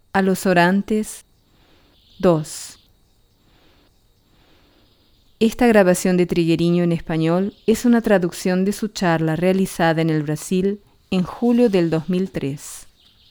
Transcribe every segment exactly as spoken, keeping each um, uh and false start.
A los orantes. dos. Esta grabación de Triguerio en español es una traducción de su charla realizada en el Brasil en julio del dos mil tres.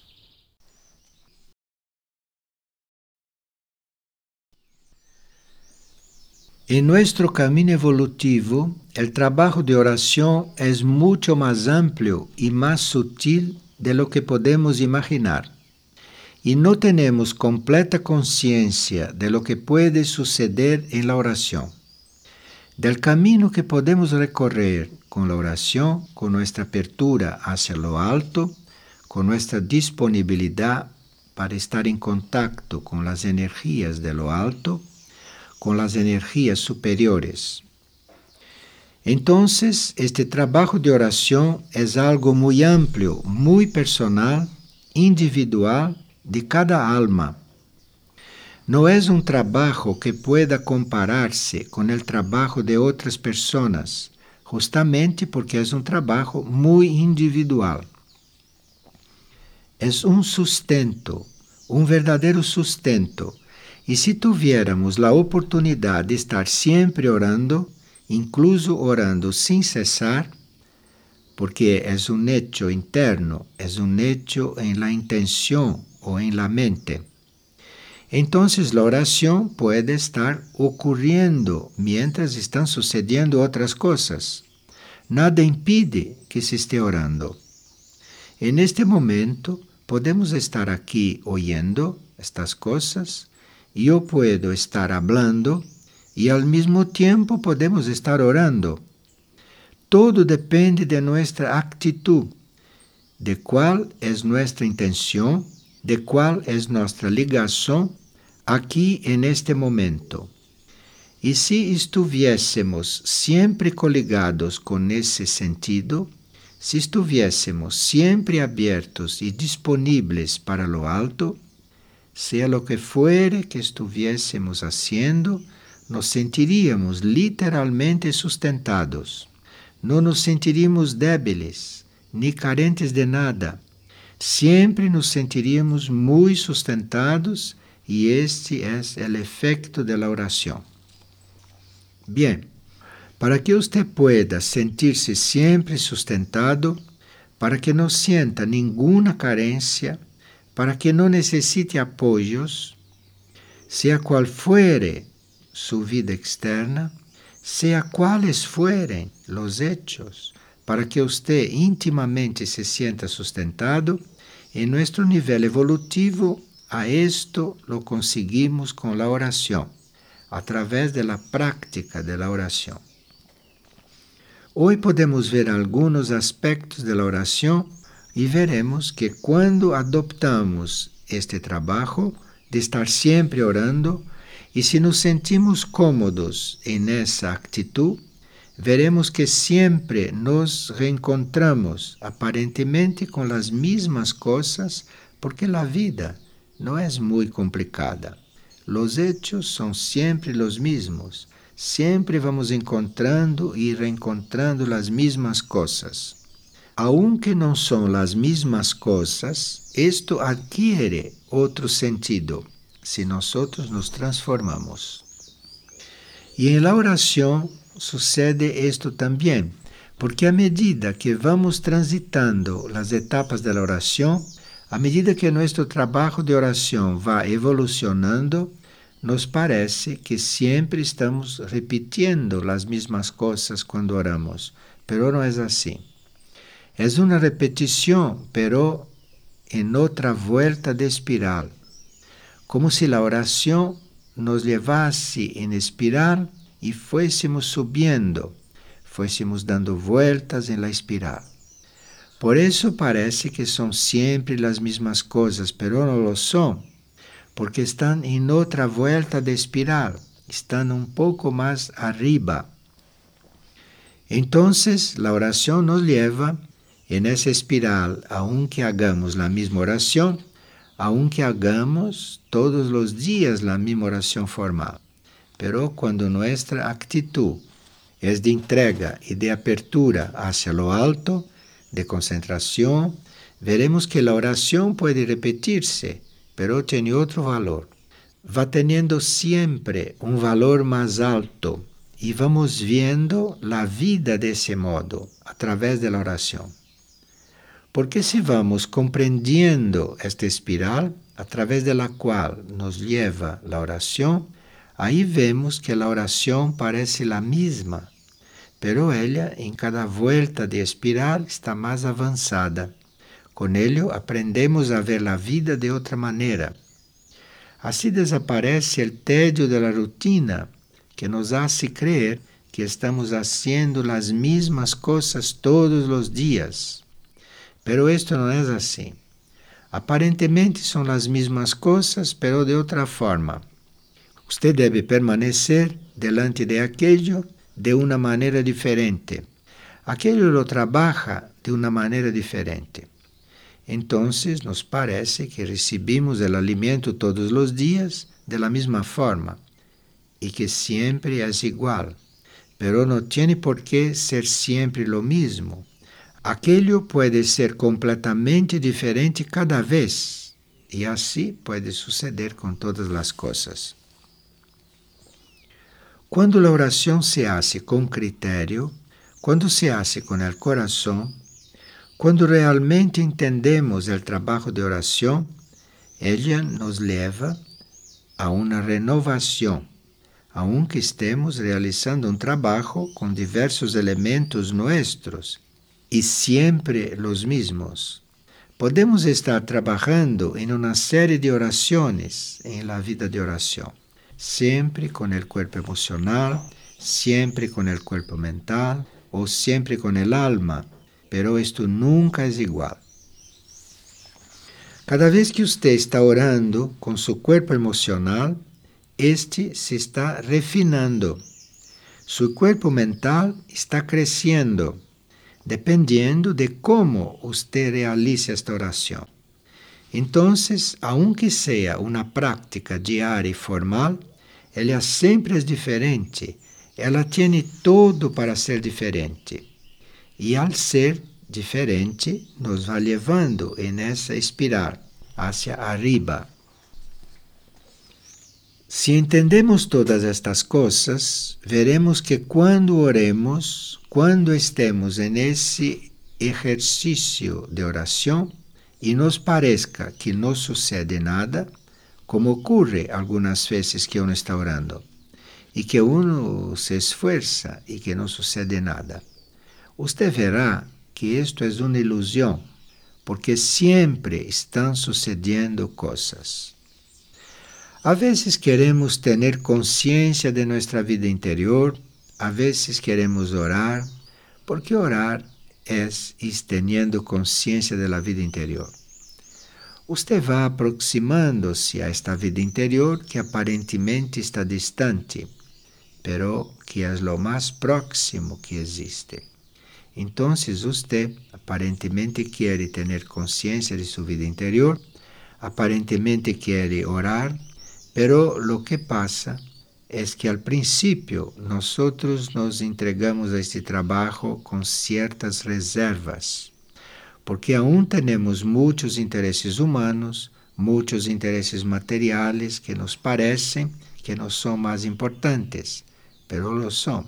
En nuestro camino evolutivo, el trabajo de oración es mucho más amplio y más sutil de lo que podemos imaginar. Y no tenemos completa conciencia de lo que puede suceder en la oración. Del camino que podemos recorrer con la oración, con nuestra apertura hacia lo alto, con nuestra disponibilidad para estar en contacto con las energías de lo alto, con las energías superiores. Entonces, este trabajo de oración es algo muy amplio, muy personal, individual de cada alma. No es un trabajo que pueda compararse con el trabajo de otras personas, justamente porque es un trabajo muy individual. Es un sustento, un verdadero sustento. Y si tuviéramos la oportunidad de estar siempre orando, incluso orando sin cesar, porque es un hecho interno, es un hecho en la intención o en la mente, entonces la oración puede estar ocurriendo mientras están sucediendo otras cosas. Nada impide que se esté orando. En este momento podemos estar aquí oyendo estas cosas y yo puedo estar hablando y al mismo tiempo podemos estar orando. Todo depende de nuestra actitud, de cuál es nuestra intención, de cuál es nuestra ligación aquí en este momento. Y si estuviésemos siempre coligados con ese sentido, si estuviésemos siempre abiertos y disponibles para lo alto, sea lo que fuere que estuviésemos haciendo, nos sentiríamos literalmente sustentados. No nos sentiríamos débiles ni carentes de nada. Siempre nos sentiríamos muy sustentados y este es el efecto de la oración. Bien, para que usted pueda sentirse siempre sustentado, para que no sienta ninguna carencia, para que no necesite apoyos, sea cual fuere su vida externa, sea cuales fueren los hechos, para que usted íntimamente se sienta sustentado, en nuestro nivel evolutivo, a esto lo conseguimos con la oración, a través de la práctica de la oración. Hoy podemos ver algunos aspectos de la oración y veremos que cuando adoptamos este trabajo de estar siempre orando, y si nos sentimos cómodos en esa actitud, veremos que siempre nos reencontramos aparentemente con las mismas cosas, porque la vida no es muy complicada. Los hechos son siempre los mismos. Siempre vamos encontrando y reencontrando las mismas cosas. Aunque no son las mismas cosas, esto adquiere otro sentido si nosotros nos transformamos. Y en la oración sucede esto también, porque a medida que vamos transitando las etapas de la oración, a medida que nuestro trabajo de oración va evolucionando, nos parece que siempre estamos repitiendo las mismas cosas cuando oramos, pero no es así. Es una repetición, pero en otra vuelta de espiral, como si la oración nos llevase en espiral y fuésemos subiendo, fuésemos dando vueltas en la espiral. Por eso parece que son siempre las mismas cosas, pero no lo son, porque están en otra vuelta de espiral, están un poco más arriba. Entonces, la oración nos lleva en esa espiral, aunque hagamos la misma oración, aunque hagamos todos los días la misma oración formal. Pero cuando nuestra actitud es de entrega y de apertura hacia lo alto, de concentración, veremos que la oración puede repetirse pero tiene otro valor. Va teniendo siempre un valor más alto y vamos viendo la vida de ese modo a través de la oración. Porque si vamos comprendiendo esta espiral a través de la cual nos lleva la oración, ahí vemos que la oración parece la misma, pero ella en cada vuelta de espiral está más avanzada. Con ello aprendemos a ver la vida de otra manera. Así desaparece el tedio de la rutina que nos hace creer que estamos haciendo las mismas cosas todos los días. Pero esto no es así. Aparentemente son las mismas cosas, pero de otra forma. Usted debe permanecer delante de aquello de una manera diferente. Aquello lo trabaja de una manera diferente. Entonces nos parece que recibimos el alimento todos los días de la misma forma y que siempre es igual, pero no tiene por qué ser siempre lo mismo. Aquello puede ser completamente diferente cada vez y así puede suceder con todas las cosas. Cuando la oración se hace con criterio, cuando se hace con el corazón, cuando realmente entendemos el trabajo de oración, ella nos lleva a una renovación, aunque estemos realizando un trabajo con diversos elementos nuestros y siempre los mismos. Podemos estar trabajando en una serie de oraciones en la vida de oración, siempre con el cuerpo emocional, siempre con el cuerpo mental o siempre con el alma, pero esto nunca es igual. Cada vez que usted está orando con su cuerpo emocional, este se está refinando. Su cuerpo mental está creciendo, dependiendo de cómo usted realice esta oración. Entonces, aunque sea una práctica diaria y formal, ella siempre es diferente. Ela tiene todo para ser diferente. Y al ser diferente, nos va llevando en esa espiral hacia arriba. Si entendemos todas estas cosas, veremos que cuando oremos, cuando estemos en ese ejercicio de oración y nos parezca que no sucede nada, como ocurre algunas veces que uno está orando, y que uno se esfuerza y que no sucede nada, usted verá que esto es una ilusión, porque siempre están sucediendo cosas. A veces queremos tener conciencia de nuestra vida interior, a veces queremos orar, porque orar es ir teniendo conciencia de la vida interior. Usted va aproximándose a esta vida interior que aparentemente está distante, pero que es lo más próximo que existe. Entonces usted aparentemente quiere tener conciencia de su vida interior, aparentemente quiere orar, pero lo que pasa es que al principio nosotros nos entregamos a este trabajo con ciertas reservas, porque aún tenemos muchos intereses humanos, muchos intereses materiales que nos parecen que no son más importantes, pero lo son.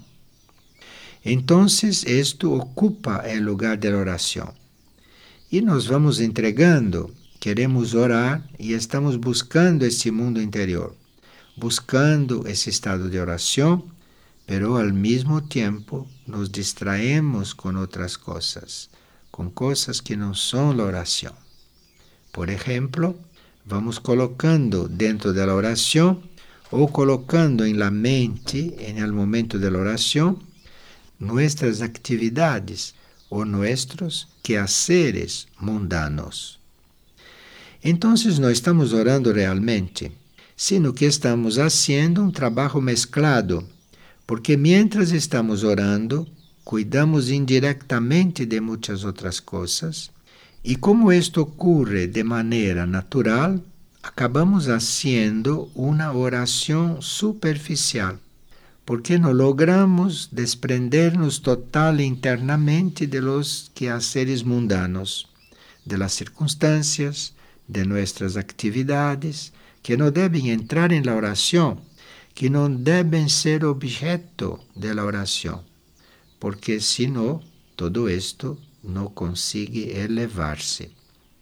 Entonces esto ocupa el lugar de la oración. Y nos vamos entregando, queremos orar y estamos buscando ese mundo interior, buscando ese estado de oración, pero al mismo tiempo nos distraemos con otras cosas, con cosas que no son la oración. Por ejemplo, vamos colocando dentro de la oración o colocando en la mente, en el momento de la oración, nuestras actividades o nuestros quehaceres mundanos. Entonces no estamos orando realmente, sino que estamos haciendo un trabajo mezclado, porque mientras estamos orando, cuidamos indirectamente de muchas otras cosas, y como esto ocurre de manera natural, acabamos haciendo una oración superficial, porque no logramos desprendernos total e internamente de los quehaceres mundanos, de las circunstancias, de nuestras actividades, que no deben entrar en la oración, que no deben ser objeto de la oración, porque si no, todo esto no consigue elevarse.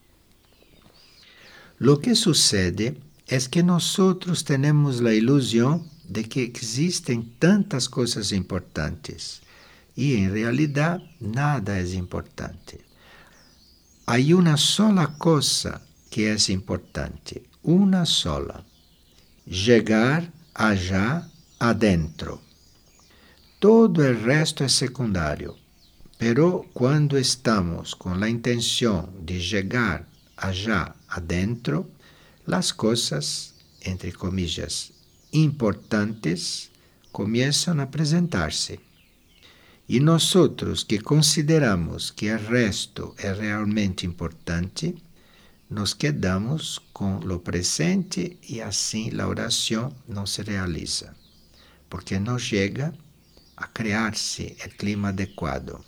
Lo que sucede es que nosotros tenemos la ilusión de que existen tantas cosas importantes y en realidad nada es importante. Hay una sola cosa que es importante, una sola: llegar allá adentro. Todo el resto es secundario, pero cuando estamos con la intención de llegar allá adentro, las cosas, entre comillas, importantes comienzan a presentarse. Y nosotros que consideramos que el resto es realmente importante, nos quedamos con lo presente y así la oración no se realiza, porque no llega a crearse el clima adecuado.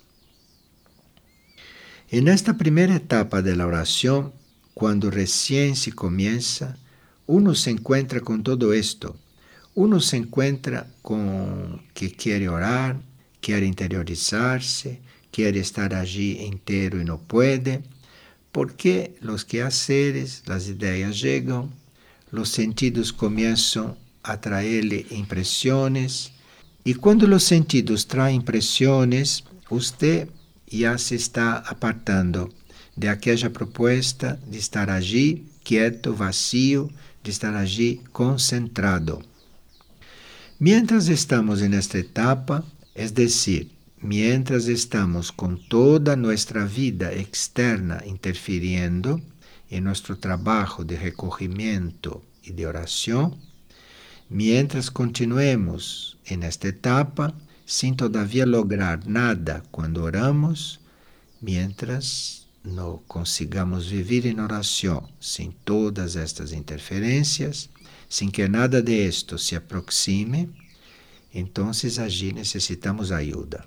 En esta primera etapa de la oración, cuando recién se comienza, uno se encuentra con todo esto. Uno se encuentra con que quiere orar, quiere interiorizarse, quiere estar allí entero y no puede, porque los quehaceres, las ideas llegan, los sentidos comienzan a traerle impresiones, y cuando los sentidos traen impresiones, usted ya se está apartando de aquella propuesta de estar allí quieto, vacío, de estar allí concentrado. Mientras estamos en esta etapa, es decir, mientras estamos con toda nuestra vida externa interfiriendo en nuestro trabajo de recogimiento y de oración, mientras continuemos en esta etapa sin todavía lograr nada cuando oramos, mientras no consigamos vivir en oración sin todas estas interferencias, sin que nada de esto se aproxime, entonces allí necesitamos ayuda.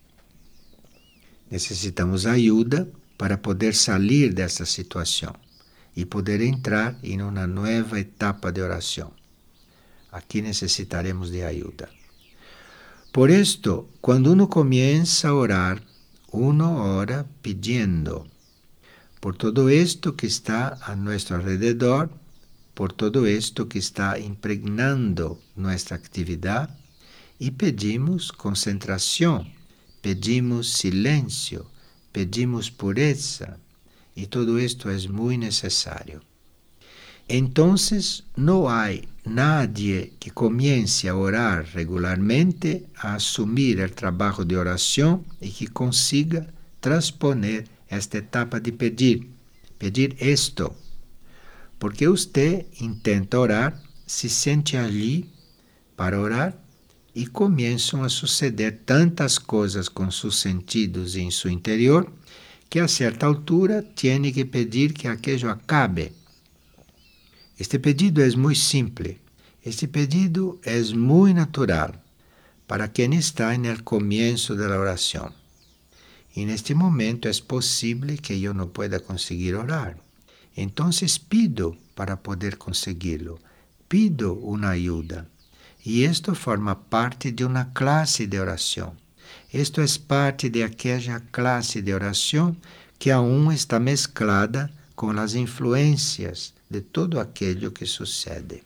Necesitamos ayuda para poder salir de esa situación y poder entrar en una nueva etapa de oración. Aquí necesitaremos de ayuda. Por esto, cuando uno comienza a orar, uno ora pidiendo por todo esto que está a nuestro alrededor, por todo esto que está impregnando nuestra actividad, y pedimos concentración, pedimos silencio, pedimos pureza, y todo esto es muy necesario. Entonces no hay nadie que comience a orar regularmente, a asumir el trabajo de oración y que consiga transponer esta etapa de pedir, pedir esto. Porque usted intenta orar, se siente allí para orar y comienzan a suceder tantas cosas con sus sentidos y en su interior que a cierta altura tiene que pedir que aquello acabe. Este pedido es muy simple, este pedido es muy natural para quien está en el comienzo de la oración. Y en este momento es posible que yo no pueda conseguir orar. Entonces pido para poder conseguirlo, pido una ayuda. Y esto forma parte de una clase de oración. Esto es parte de aquella clase de oración que aún está mezclada con las influencias de todo aquello que sucede.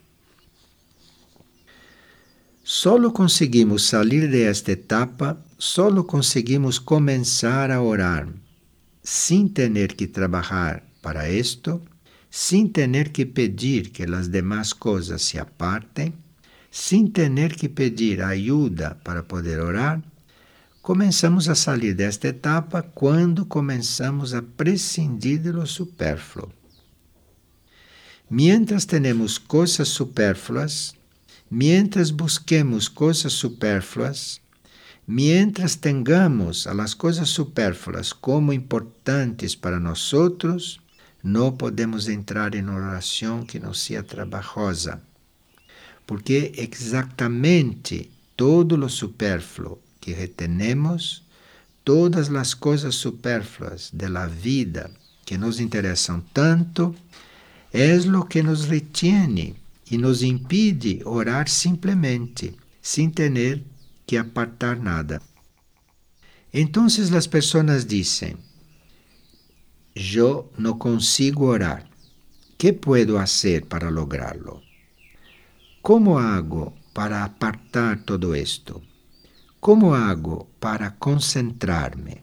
Solo conseguimos salir de esta etapa, solo conseguimos comenzar a orar sin tener que trabajar para esto, sin tener que pedir que las demás cosas se aparten, sin tener que pedir ayuda para poder orar. Comenzamos a salir de esta etapa cuando comenzamos a prescindir de lo superfluo. Mientras tenemos cosas superfluas, mientras busquemos cosas superfluas, mientras tengamos a las cosas superfluas como importantes para nosotros, no podemos entrar en oración que no sea trabajosa. Porque exactamente todo lo superfluo que retenemos, todas las cosas superfluas de la vida que nos interesan tanto, es lo que nos retiene y nos impide orar simplemente, sin tener que apartar nada. Entonces las personas dicen, yo no consigo orar. ¿Qué puedo hacer para lograrlo? ¿Cómo hago para apartar todo esto? ¿Cómo hago para concentrarme?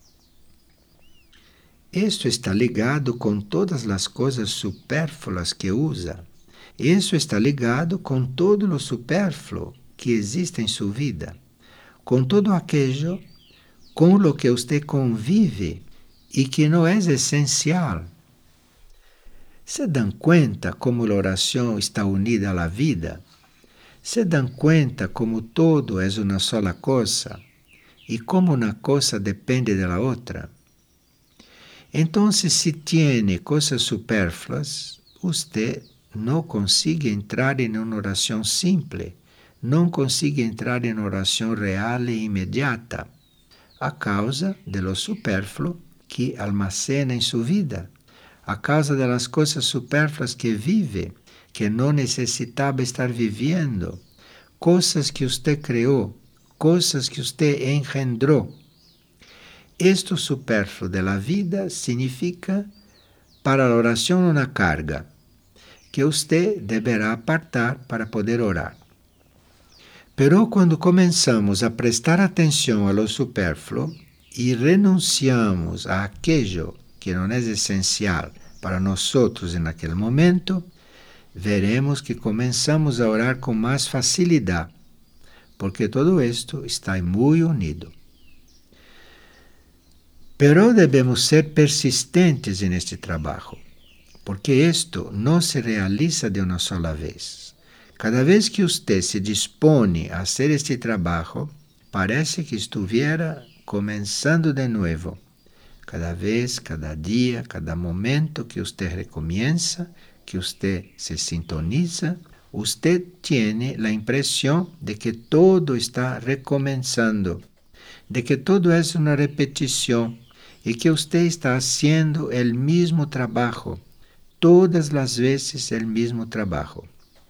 Esto está ligado con todas las cosas superfluas que usa. Eso está ligado con todo lo superfluo que existe en su vida, con todo aquello con lo que usted convive y que no es esencial. ¿Se dan cuenta cómo la oración está unida a la vida? ¿Se dan cuenta cómo todo es una sola cosa y cómo una cosa depende de la otra? Entonces, si tiene cosas superfluas, usted no consigue entrar en una oración simple, no consigue entrar en oración real e inmediata, a causa de lo superfluo que almacena en su vida, a causa de las cosas superfluas que vive, que no necesitaba estar viviendo, cosas que usted creó, cosas que usted engendró. Esto superfluo de la vida significa para la oración una carga que usted deberá apartar para poder orar. Pero cuando comenzamos a prestar atención a lo superfluo y renunciamos a aquello que no es esencial para nosotros en aquel momento, veremos que comenzamos a orar con más facilidad, porque todo esto está muy unido. Pero debemos ser persistentes en este trabajo, porque esto no se realiza de una sola vez. Cada vez que usted se dispone a hacer este trabajo, parece que estuviera comenzando de nuevo. Cada vez, cada día, cada momento que usted recomienza, que usted se sintoniza, usted tiene la impresión de que todo está recomenzando, de que todo es una repetición y que usted está haciendo el mismo trabajo, todas las veces el mismo trabajo.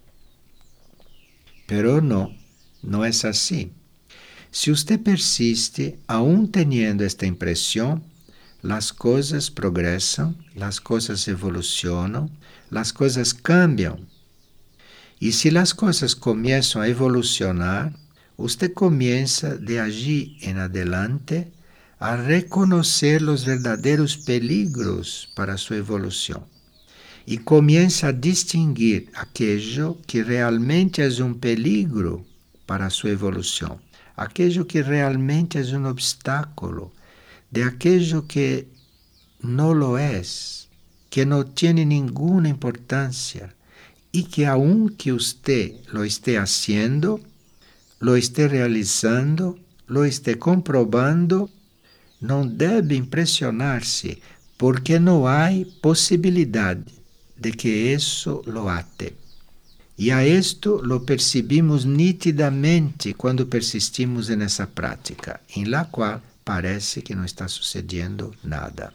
Pero no, no es así. Si usted persiste, aún teniendo esta impresión, las cosas progresan, las cosas evolucionan, las cosas cambian. Y si las cosas comienzan a evolucionar, usted comienza de allí en adelante a reconocer los verdaderos peligros para su evolución. Y comienza a distinguir aquello que realmente es un peligro para su evolución, aquello que realmente es un obstáculo, de aquello que no lo es, que no tiene ninguna importancia y que aunque usted lo esté haciendo, lo esté realizando, lo esté comprobando, no debe impresionarse porque no hay posibilidad de que eso lo ate. Y a esto lo percibimos nítidamente cuando persistimos en esa práctica, en la cual parece que no está sucediendo nada.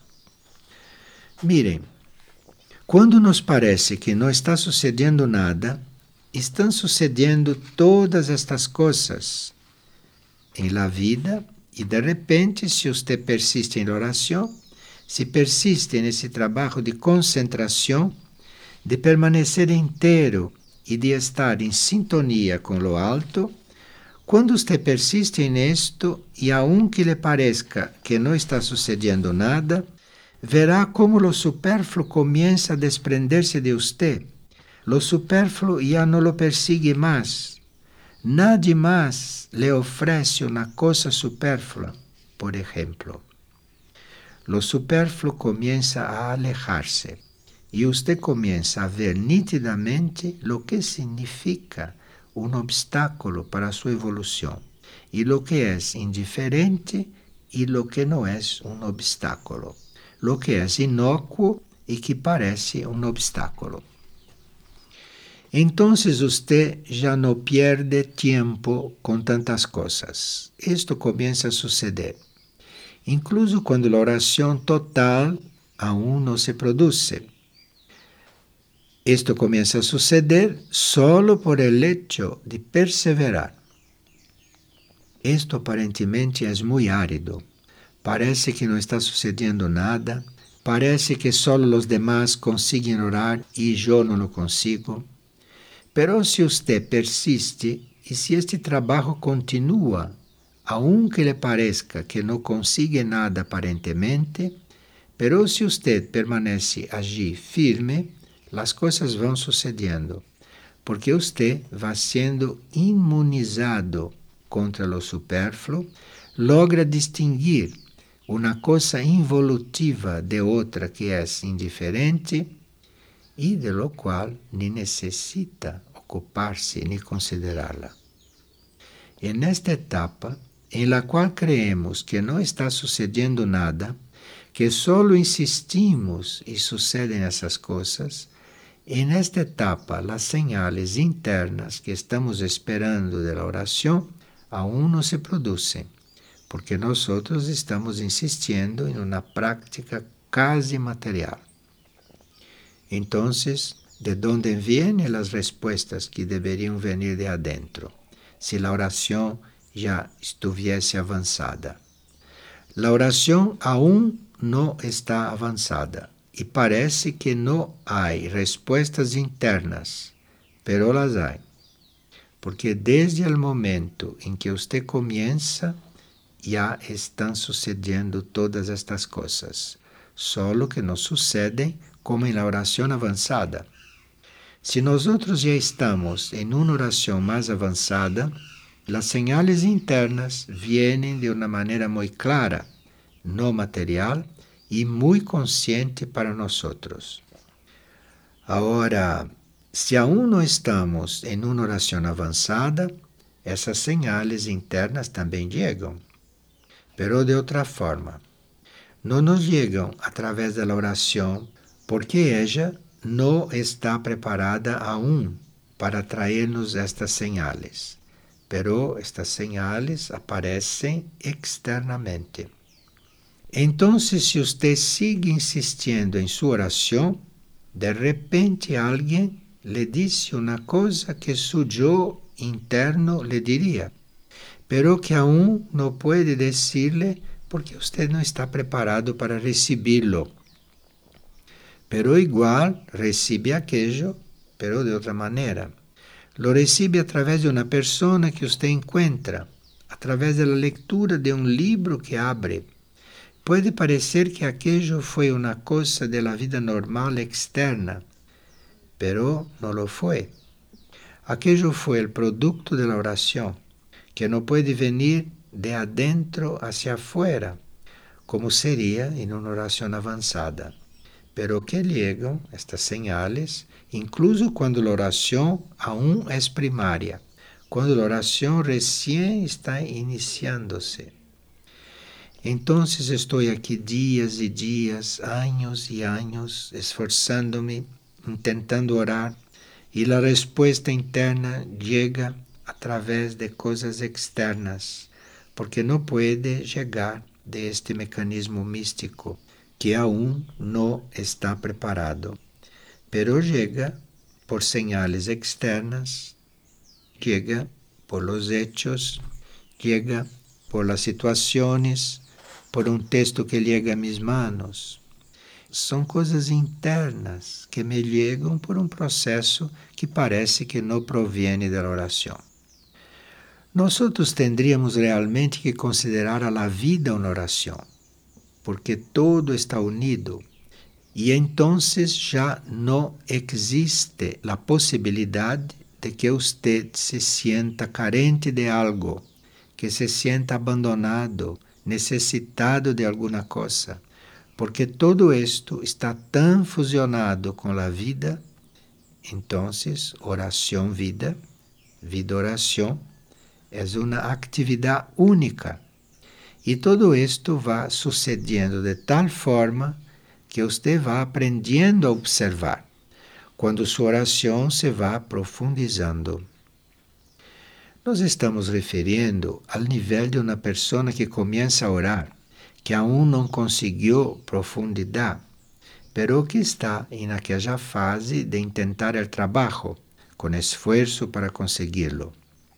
Miren, cuando nos parece que no está sucediendo nada, están sucediendo todas estas cosas en la vida y de repente, si usted persiste en la oración, si persiste en ese trabajo de concentración, de permanecer entero y de estar en sintonía con lo alto, cuando usted persiste en esto y aunque le parezca que no está sucediendo nada, verá cómo lo superfluo comienza a desprenderse de usted. Lo superfluo ya no lo persigue más. Nadie más le ofrece una cosa superflua, por ejemplo. Lo superfluo comienza a alejarse y usted comienza a ver nítidamente lo que significa un obstáculo para su evolución y lo que es indiferente y lo que no es un obstáculo, lo que es inocuo y que parece un obstáculo. Entonces usted ya no pierde tiempo con tantas cosas. Esto comienza a suceder, incluso cuando la oración total aún no se produce. Esto comienza a suceder solo por el hecho de perseverar. Esto aparentemente es muy árido. Parece que no está sucediendo nada. Parece que solo los demás consiguen orar y yo no lo consigo. Pero si usted persiste y si este trabajo continúa, aunque le parezca que no consigue nada aparentemente, pero si usted permanece allí firme, las cosas van sucediendo, porque usted va siendo inmunizado contra lo superfluo, logra distinguir una cosa involutiva de otra que es indiferente y de lo cual ni necesita ocuparse ni considerarla. En esta etapa, en la cual creemos que no está sucediendo nada, que solo insistimos y suceden esas cosas, en esta etapa las señales internas que estamos esperando de la oración aún no se producen, porque nosotros estamos insistiendo en una práctica casi material. Entonces, ¿de dónde vienen las respuestas que deberían venir de adentro, si la oración ya estuviese avanzada? La oración aún no está avanzada y parece que no hay respuestas internas, pero las hay. Porque desde el momento en que usted comienza, ya están sucediendo todas estas cosas, solo que no suceden como en la oración avanzada. Si nosotros ya estamos en una oración más avanzada, las señales internas vienen de una manera muy clara, no material y muy consciente para nosotros. Ahora, si aún no estamos en una oración avanzada, esas señales internas también llegan, pero de otra forma. No nos llegan a través de la oración porque ella no está preparada aún para traernos estas señales, pero estas señales aparecen externamente. Entonces, si usted sigue insistiendo en su oración, de repente alguien le dice una cosa que su yo interno le diría, pero que aún no puede decirle porque usted no está preparado para recibirlo. Pero igual recibe aquello, pero de otra manera. Lo recibe a través de una persona que usted encuentra, a través de la lectura de un libro que abre. Puede parecer que aquello fue una cosa de la vida normal externa, pero no lo fue. Aquello fue el producto de la oración, que no puede venir de adentro hacia afuera, como sería en una oración avanzada, pero que llegan estas señales incluso cuando la oración aún es primaria, cuando la oración recién está iniciándose. Entonces estoy aquí días y días, años y años, esforzándome, intentando orar, y la respuesta interna llega a través de cosas externas, porque no puede llegar de este mecanismo místico que aún no está preparado, pero llega por señales externas, llega por los hechos, llega por las situaciones, por un texto que llega a mis manos. Son cosas internas que me llegan por un proceso que parece que no proviene de la oración. Nosotros tendríamos realmente que considerar a la vida una oración, porque todo está unido y entonces ya no existe la posibilidad de que usted se sienta carente de algo, que se sienta abandonado, necesitado de alguna cosa, porque todo esto está tan fusionado con la vida. Entonces, oración-vida, vida-oración, es una actividad única. Y todo esto va sucediendo de tal forma que usted va aprendiendo a observar, cuando su oración se va profundizando. Nos estamos refiriendo al nivel de una persona que comienza a orar, que aún no consiguió profundidad, pero que está en aquella fase de intentar el trabajo, con esfuerzo para conseguirlo.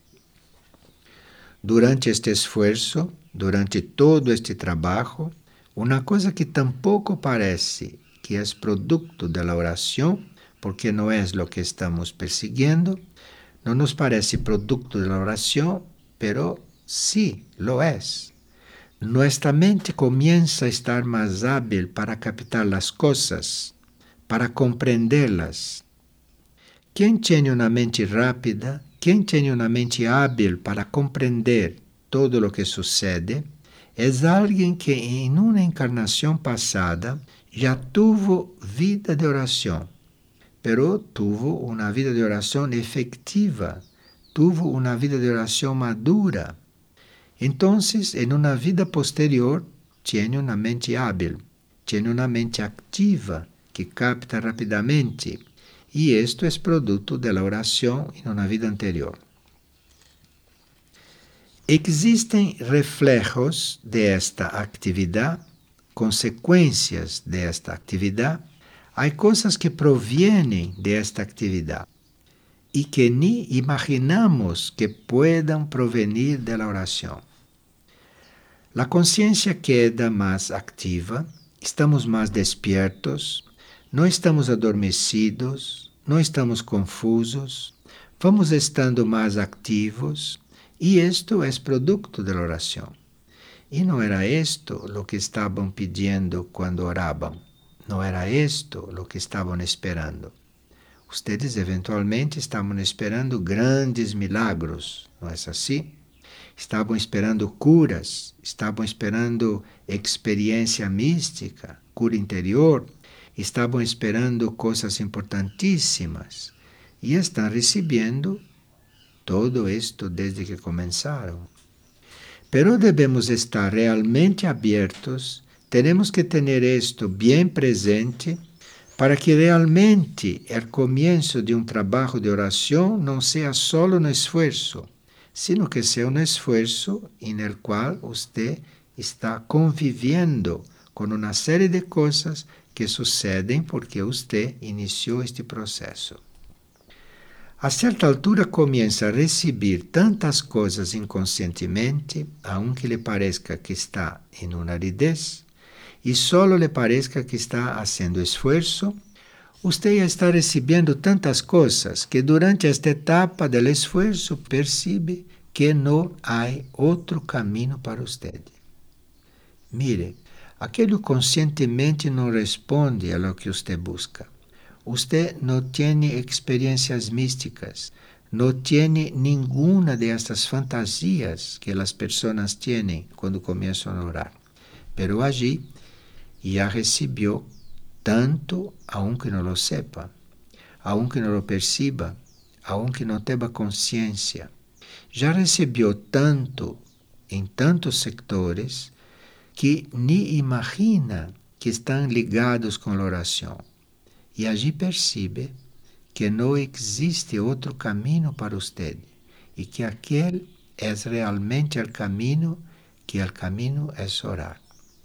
Durante este esfuerzo, durante todo este trabajo, una cosa que tampoco parece que es producto de la oración, porque no es lo que estamos persiguiendo, no nos parece producto de la oración, pero sí lo es. Nuestra mente comienza a estar más hábil para captar las cosas, para comprenderlas. Quien tiene una mente rápida, quien tiene una mente hábil para comprender todo lo que sucede, es alguien que en una encarnación pasada ya tuvo vida de oración, pero tuvo una vida de oración efectiva, tuvo una vida de oración madura. Entonces, en una vida posterior, tiene una mente hábil, tiene una mente activa que capta rápidamente. Y esto es producto de la oración en una vida anterior. Existen reflejos de esta actividad, consecuencias de esta actividad. Hay cosas que provienen de esta actividad y que ni imaginamos que puedan provenir de la oración. La conciencia queda más activa, estamos más despiertos, no estamos adormecidos, no estamos confusos, vamos estando más activos y esto es producto de la oración. Y no era esto lo que estaban pidiendo cuando oraban, no era esto lo que estaban esperando. Ustedes eventualmente estaban esperando grandes milagros, ¿no es así? Estaban esperando curas, estaban esperando experiencia mística, cura interior, estaban esperando cosas importantísimas y están recibiendo todo esto desde que comenzaron. Pero debemos estar realmente abiertos, tenemos que tener esto bien presente para que realmente el comienzo de un trabajo de oración no sea solo un esfuerzo, sino que sea un esfuerzo en el cual usted está conviviendo con una serie de cosas que suceden porque usted inició este proceso. A cierta altura comienza a recibir tantas cosas inconscientemente, aunque le parezca que está en una aridez, y solo le parezca que está haciendo esfuerzo, usted ya está recibiendo tantas cosas que durante esta etapa del esfuerzo percibe que no hay otro camino para usted. Mire, aquello conscientemente no responde a lo que usted busca. Usted no tiene experiencias místicas, no tiene ninguna de estas fantasías que las personas tienen cuando comienzan a orar. Pero allí ya recibió tanto, aunque no lo sepa, aunque no lo perciba, aunque no tenga conciencia. Ya recibió tanto en tantos sectores que ni imagina que están ligados con la oración. Y allí percibe que no existe otro camino para usted y que aquel es realmente el camino, que el camino es orar.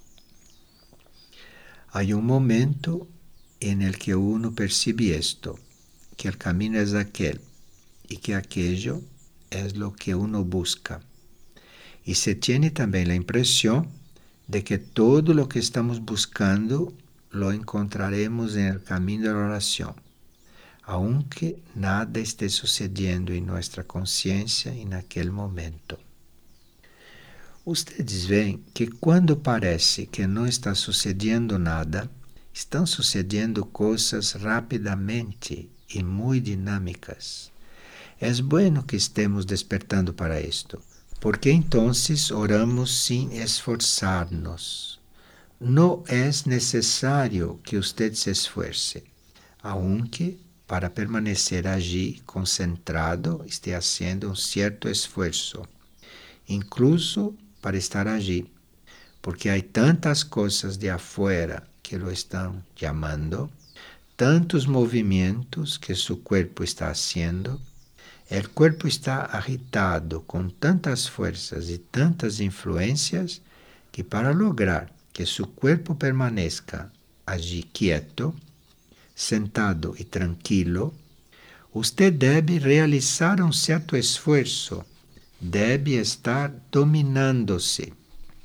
Hay un momento en el que uno percibe esto, que el camino es aquel y que aquello es lo que uno busca. Y se tiene también la impresión de que todo lo que estamos buscando lo encontraremos en el camino de la oración, aunque nada esté sucediendo en nuestra conciencia en aquel momento. Ustedes ven que cuando parece que no está sucediendo nada, están sucediendo cosas rápidamente y muy dinámicas. Es bueno que estemos despertando para esto, porque entonces oramos sin esforzarnos. No es necesario que usted se esfuerce, aunque para permanecer allí concentrado esté haciendo un cierto esfuerzo, incluso para estar allí, porque hay tantas cosas de afuera que lo están llamando, tantos movimientos que su cuerpo está haciendo. El cuerpo está agitado con tantas fuerzas y tantas influencias que para lograr que su cuerpo permanezca allí quieto, sentado y tranquilo, usted debe realizar un cierto esfuerzo, debe estar dominándose.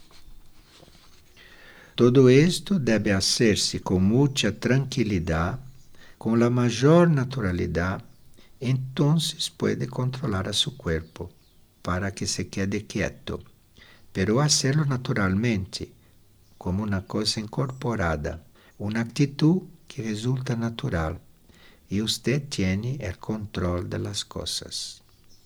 Todo esto debe hacerse con mucha tranquilidad, con la mayor naturalidad, entonces puede controlar a su cuerpo para que se quede quieto, pero hacerlo naturalmente, como una cosa incorporada, una actitud que resulta natural, y usted tiene el control de las cosas.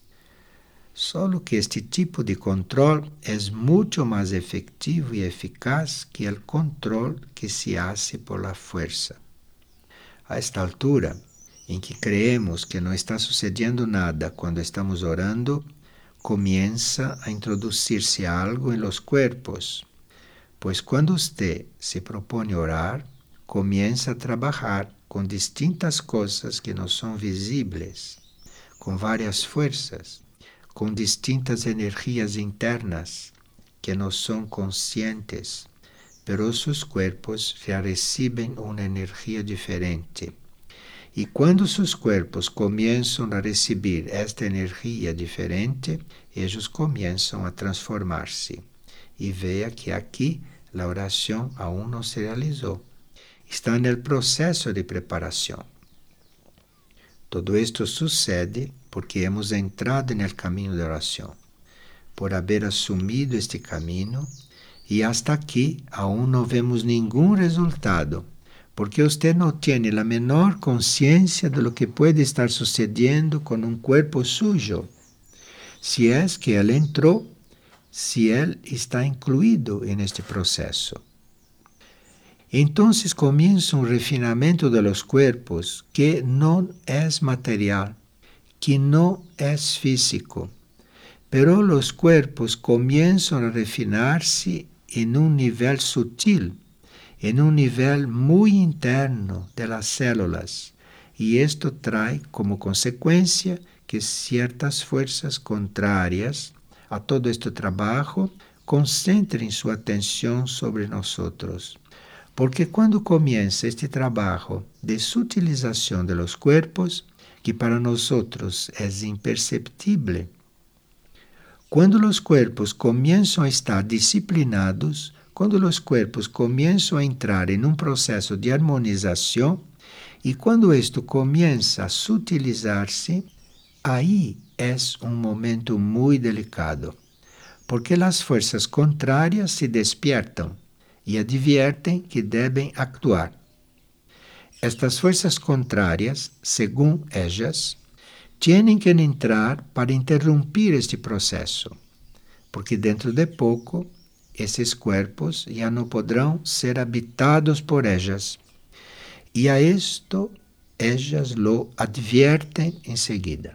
Solo que este tipo de control es mucho más efectivo y eficaz que el control que se hace por la fuerza. A esta altura, en que creemos que no está sucediendo nada cuando estamos orando, comienza a introducirse algo en los cuerpos, pues cuando usted se propone orar, comienza a trabajar con distintas cosas que no son visibles, con varias fuerzas, con distintas energías internas que no son conscientes, pero sus cuerpos ya reciben una energía diferente. Y cuando sus cuerpos comienzan a recibir esta energía diferente, ellos comienzan a transformarse. Y vea que aquí la oración aún no se realizó. Está en el proceso de preparación. Todo esto sucede porque hemos entrado en el camino de oración, por haber asumido este camino, y hasta aquí aún no vemos ningún resultado, porque usted no tiene la menor conciencia de lo que puede estar sucediendo con un cuerpo suyo, si es que él entró, si él está incluido en este proceso. Entonces comienza un refinamiento de los cuerpos que no es material, que no es físico, pero los cuerpos comienzan a refinarse en un nivel sutil, en un nivel muy interno de las células, y esto trae como consecuencia que ciertas fuerzas contrarias a todo este trabajo concentren su atención sobre nosotros. Porque cuando comienza este trabajo de sutilización de los cuerpos, que para nosotros es imperceptible, cuando los cuerpos comienzan a estar disciplinados, cuando los cuerpos comienzan a entrar en un proceso de armonización, y cuando esto comienza a sutilizarse, ahí es un momento muy delicado, porque las fuerzas contrarias se despiertan y advierten que deben actuar. Estas fuerzas contrarias, según ellas, tienen que entrar para interrumpir este proceso, porque dentro de poco esses cuerpos ya no podrán ser habitados por ellas. Y a esto ellas lo advierten enseguida.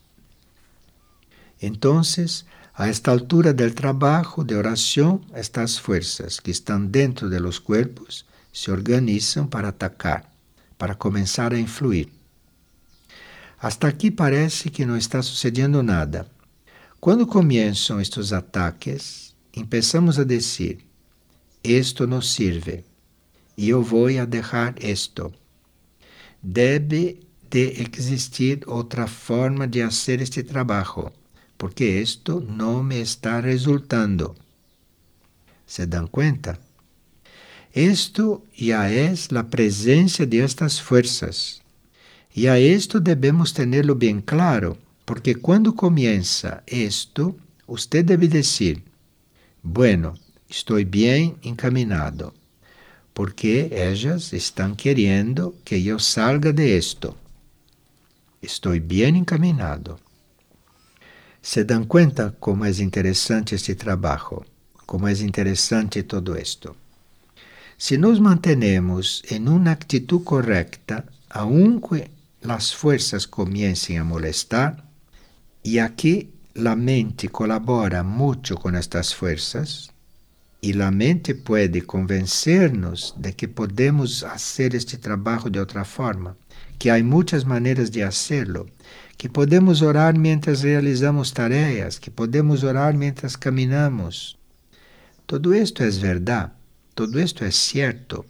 Entonces, a esta altura del trabajo de oración, estas fuerzas que están dentro de los cuerpos se organizan para atacar, para comenzar a influir. Hasta aquí parece que no está sucediendo nada. Cuando comienzan estos ataques, empezamos a decir, esto no sirve, y yo voy a dejar esto. Debe de existir otra forma de hacer este trabajo, porque esto no me está resultando. ¿Se dan cuenta? Esto ya es la presencia de estas fuerzas. Y a esto debemos tenerlo bien claro, porque cuando comienza esto, usted debe decir, bueno, estoy bien encaminado, porque ellas están queriendo que yo salga de esto. Estoy bien encaminado. ¿Se dan cuenta cómo es interesante este trabajo? ¿Cómo es interesante todo esto? Si nos mantenemos en una actitud correcta, aunque las fuerzas comiencen a molestar, y aquí la mente colabora mucho con estas fuerzas, y la mente puede convencernos de que podemos hacer este trabajo de otra forma, que hay muchas maneras de hacerlo, que podemos orar mientras realizamos tareas, que podemos orar mientras caminamos. Todo esto es verdad, todo esto es cierto,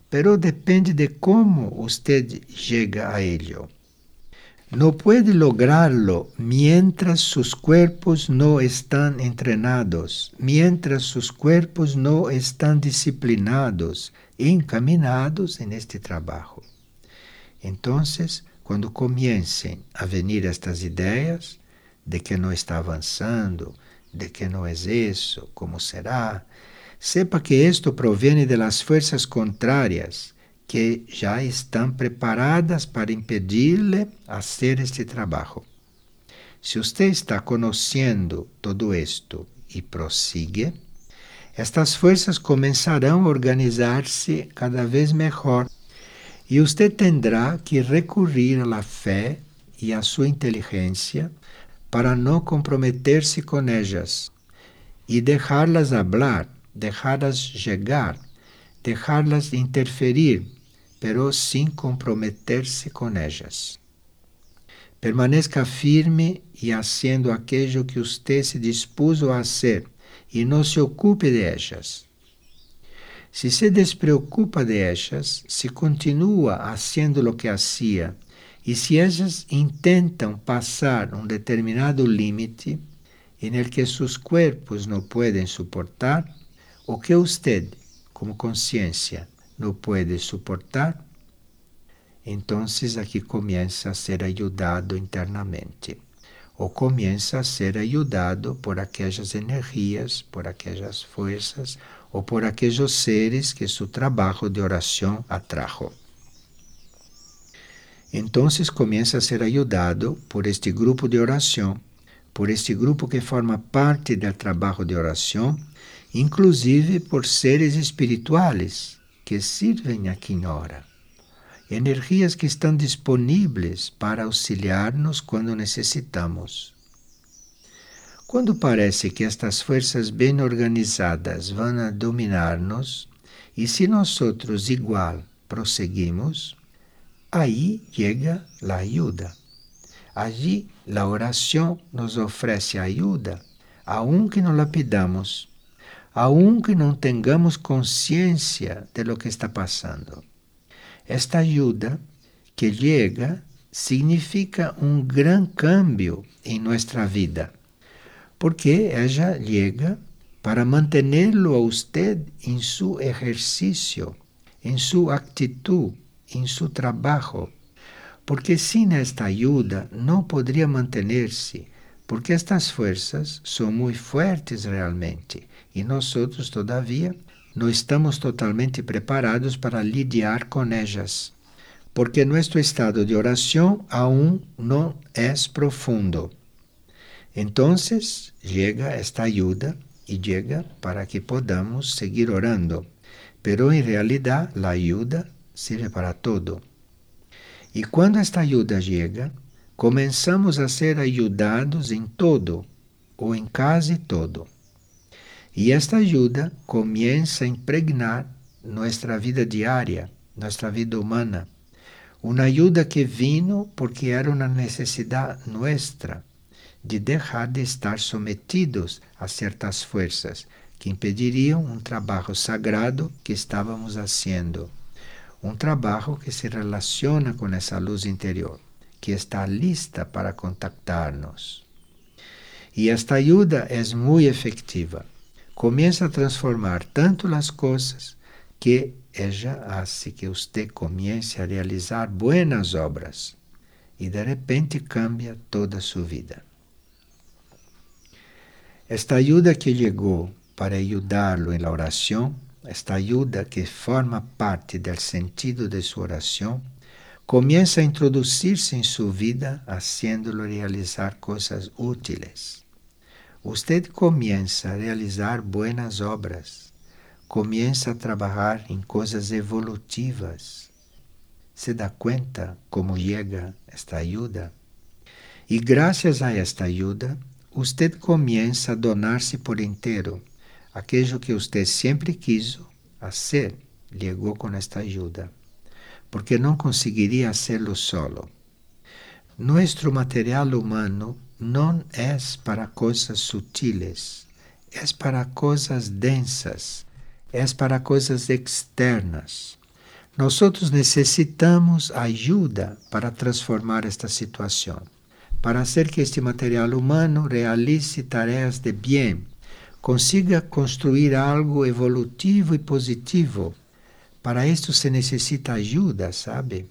pero depende de cómo usted llega a ello. No puede lograrlo mientras sus cuerpos no están entrenados, mientras sus cuerpos no están disciplinados, encaminados en este trabajo. Entonces, cuando comiencen a venir estas ideas de que no está avanzando, de que no es eso, ¿cómo será? Sepa que esto proviene de las fuerzas contrarias que ya están preparadas para impedirle hacer este trabajo. Si usted está conociendo todo esto y prosigue, estas fuerzas comenzarán a organizarse cada vez mejor y usted tendrá que recurrir a la fe y a su inteligencia para no comprometerse con ellas y dejarlas hablar, dejarlas llegar, dejarlas interferir, pero sin comprometerse con ellas. Permanezca firme y haciendo aquello que usted se dispuso a hacer y no se ocupe de ellas. Si se despreocupa de ellas, si continúa haciendo lo que hacía y si ellas intentan pasar un determinado límite en el que sus cuerpos no pueden soportar o que usted, como conciencia, no puede soportar, entonces aquí comienza a ser ayudado internamente o comienza a ser ayudado por aquellas energías, por aquellas fuerzas o por aquellos seres que su trabajo de oración atrajo. Entonces comienza a ser ayudado por este grupo de oración, por este grupo que forma parte del trabajo de oración, inclusive por seres espirituales que sirven aquí en hora. Energías que están disponibles para auxiliarnos cuando necesitamos. Quando parece que estas fuerzas bem organizadas vão a dominar-nos, e se nós outros igual prosseguimos, aí chega a ajuda. Allí a oração nos oferece ajuda, aunque não la pidamos, aunque não tengamos consciência de lo que está passando. Esta ajuda que chega significa um gran cambio em nossa vida, porque ella llega para mantenerlo a usted en su ejercicio, en su actitud, en su trabajo, porque sin esta ayuda no podría mantenerse, porque estas fuerzas son muy fuertes realmente y nosotros todavía no estamos totalmente preparados para lidiar con ellas, porque nuestro estado de oración aún no es profundo. Entonces llega esta ayuda y llega para que podamos seguir orando, pero en realidad la ayuda sirve para todo. Y cuando esta ayuda llega, comenzamos a ser ayudados en todo o en casi todo. Y esta ayuda comienza a impregnar nuestra vida diaria, nuestra vida humana. Una ayuda que vino porque era una necesidad nuestra de dejar de estar sometidos a ciertas fuerzas que impediriam um trabalho sagrado que estávamos haciendo. Um trabalho que se relaciona com essa luz interior, que está lista para contactar-nos. E esta ajuda é muito efetiva. Começa a transformar tanto as coisas que ella hace que usted comece a realizar buenas obras e de repente cambia toda sua vida. Esta ajuda que chegou para ajudá-lo em la oração, esta ajuda que forma parte do sentido de sua oração, começa a introduzir-se em sua vida, haciéndolo realizar coisas úteis. Usted começa a realizar buenas obras, começa a trabalhar em coisas evolutivas. Se dá conta como chega esta ajuda? E graças a esta ajuda, usted começa a donar-se por inteiro. Aquilo que usted sempre quis fazer, chegou com esta ajuda, porque não conseguiria hacerlo solo. Nuestro material humano não é para coisas sutiles, é para coisas densas, é para coisas externas. Nosotros necesitamos ayuda para transformar esta situación, para hacer que este material humano realice tareas de bien, consiga construir algo evolutivo y positivo. Para esto se necesita ayuda, ¿sabe?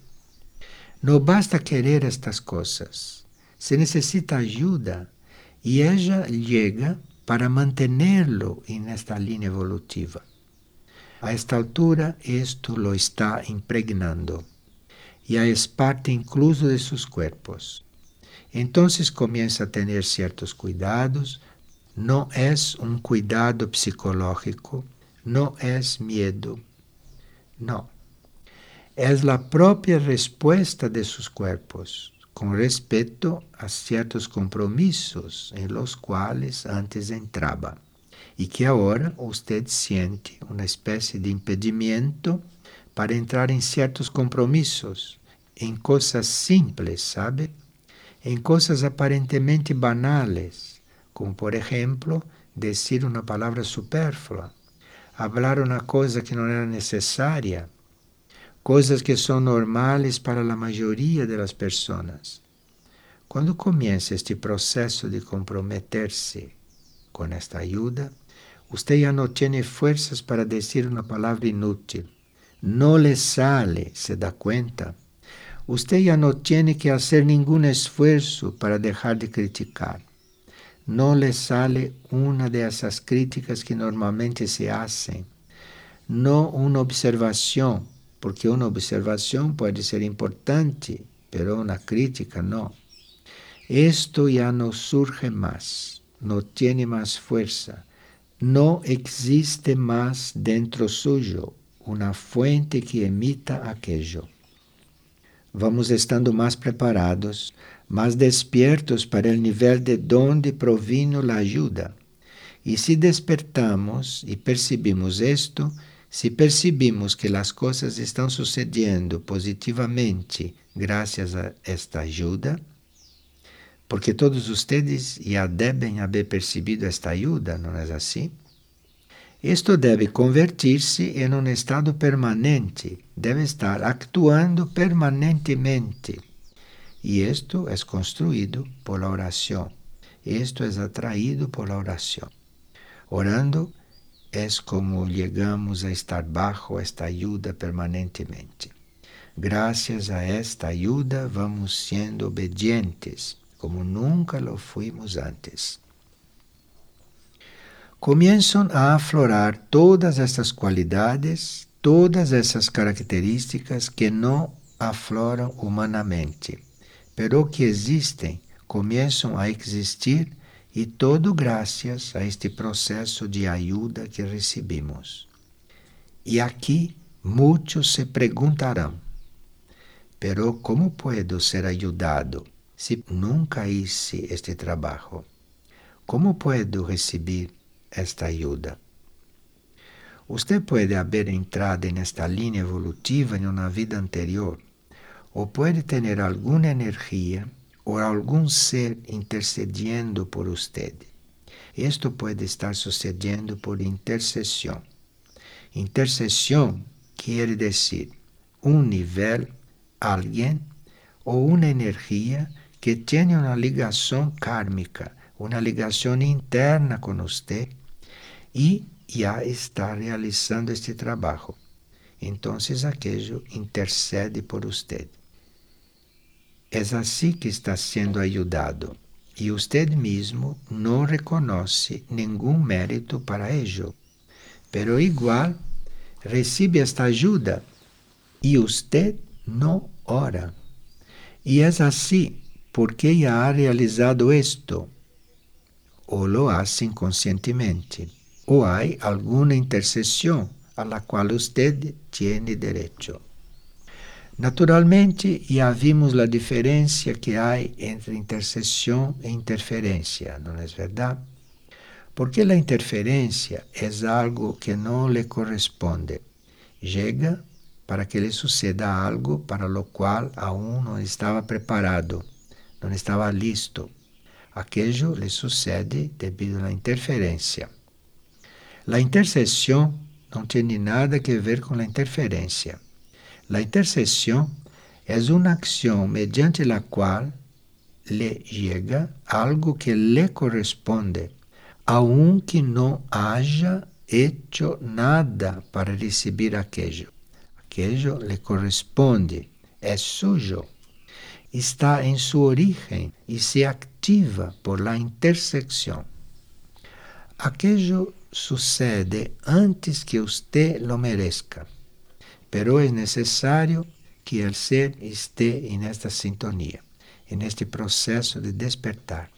No basta querer estas cosas, se necesita ayuda y ella llega para mantenerlo en esta línea evolutiva. A esta altura esto lo está impregnando, ya es parte incluso de sus cuerpos. Entonces comienza a tener ciertos cuidados, no es un cuidado psicológico, no es miedo, no. Es la propia respuesta de sus cuerpos con respecto a ciertos compromisos en los cuales antes entraba y que ahora usted siente una especie de impedimento para entrar en ciertos compromisos, en cosas simples, ¿sabe? En cosas aparentemente banales, como por ejemplo decir una palabra superflua, hablar una cosa que no era necesaria, cosas que son normales para la mayoría de las personas. Cuando comienza este proceso de comprometerse con esta ayuda, usted ya no tiene fuerzas para decir una palabra inútil. No le sale, ¿se da cuenta? Usted ya no tiene que hacer ningún esfuerzo para dejar de criticar. No le sale una de esas críticas que normalmente se hacen. No una observación, porque una observación puede ser importante, pero una crítica no. Esto ya no surge más, no tiene más fuerza, no existe más dentro suyo una fuente que emita aquello. Vamos estando más preparados, más despiertos para el nivel de donde provino la ayuda. Y si despertamos y percibimos esto, si percibimos que las cosas están sucediendo positivamente gracias a esta ayuda, porque todos ustedes ya deben haber percibido esta ayuda, ¿no es así? Esto debe convertirse en un estado permanente, debe estar actuando permanentemente. Y esto es construido por la oración, esto es atraído por la oración. Orando es como llegamos a estar bajo esta ayuda permanentemente. Gracias a esta ayuda vamos siendo obedientes, como nunca lo fuimos antes. Comienzan a aflorar todas estas cualidades, todas essas características que não afloram humanamente, pero que existem, começam a existir e todo graças a este processo de ajuda que recebemos. E aqui muitos se perguntarão, pero como puedo ser ayudado se nunca hice este trabalho? Como puedo receber esta ayuda? Usted puede haber entrado en esta línea evolutiva en una vida anterior, o puede tener alguna energía o algún ser intercediendo por usted. Esto puede estar sucediendo por intercesión. Intercesión quiere decir un nivel, alguien o una energía que tiene una ligación kármica, una ligación interna con usted y ya está realizando este trabajo. Entonces aquello intercede por usted. Es así que está siendo ayudado y usted mismo no reconoce ningún mérito para ello, pero igual recibe esta ayuda y usted no ora. Y es así porque ya ha realizado esto, o lo hace inconscientemente, o hay alguna intercesión a la cual usted tiene derecho. Naturalmente, ya vimos la diferencia que hay entre intercesión e interferencia, ¿no es verdad? Porque la interferencia es algo que no le corresponde. Llega para que le suceda algo para lo cual aún no estaba preparado, no estaba listo. Aquello le sucede debido a la interferencia. La intercesión no tiene nada que ver con la interferencia. La intercesión es una acción mediante la cual le llega algo que le corresponde, aunque no haya hecho nada para recibir aquello. Aquello le corresponde, es suyo, está en su origen y se activa por la intersección. Aquello sucede antes que usted lo merezca, pero es necesario que el ser esté en esta sintonía, en este proceso de despertar.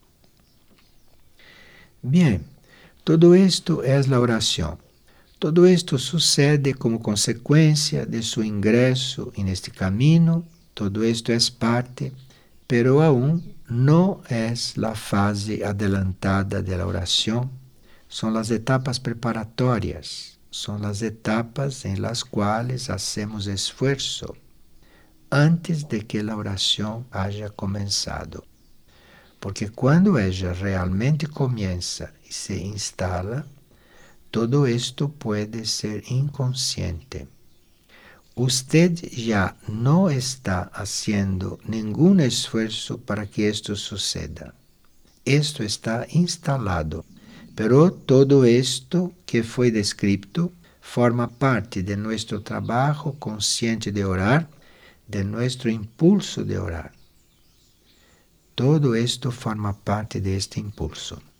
Bien, todo esto es la oración. Todo esto sucede como consecuencia de su ingreso en este camino. Todo esto es parte, pero aún no es la fase adelantada de la oración. Son las etapas preparatorias, son las etapas en las cuales hacemos esfuerzo antes de que la oración haya comenzado. Porque cuando ella realmente comienza y se instala, todo esto puede ser inconsciente. Usted ya no está haciendo ningún esfuerzo para que esto suceda. Esto está instalado, pero todo esto que fue descrito forma parte de nuestro trabajo consciente de orar, de nuestro impulso de orar. Todo esto forma parte de este impulso.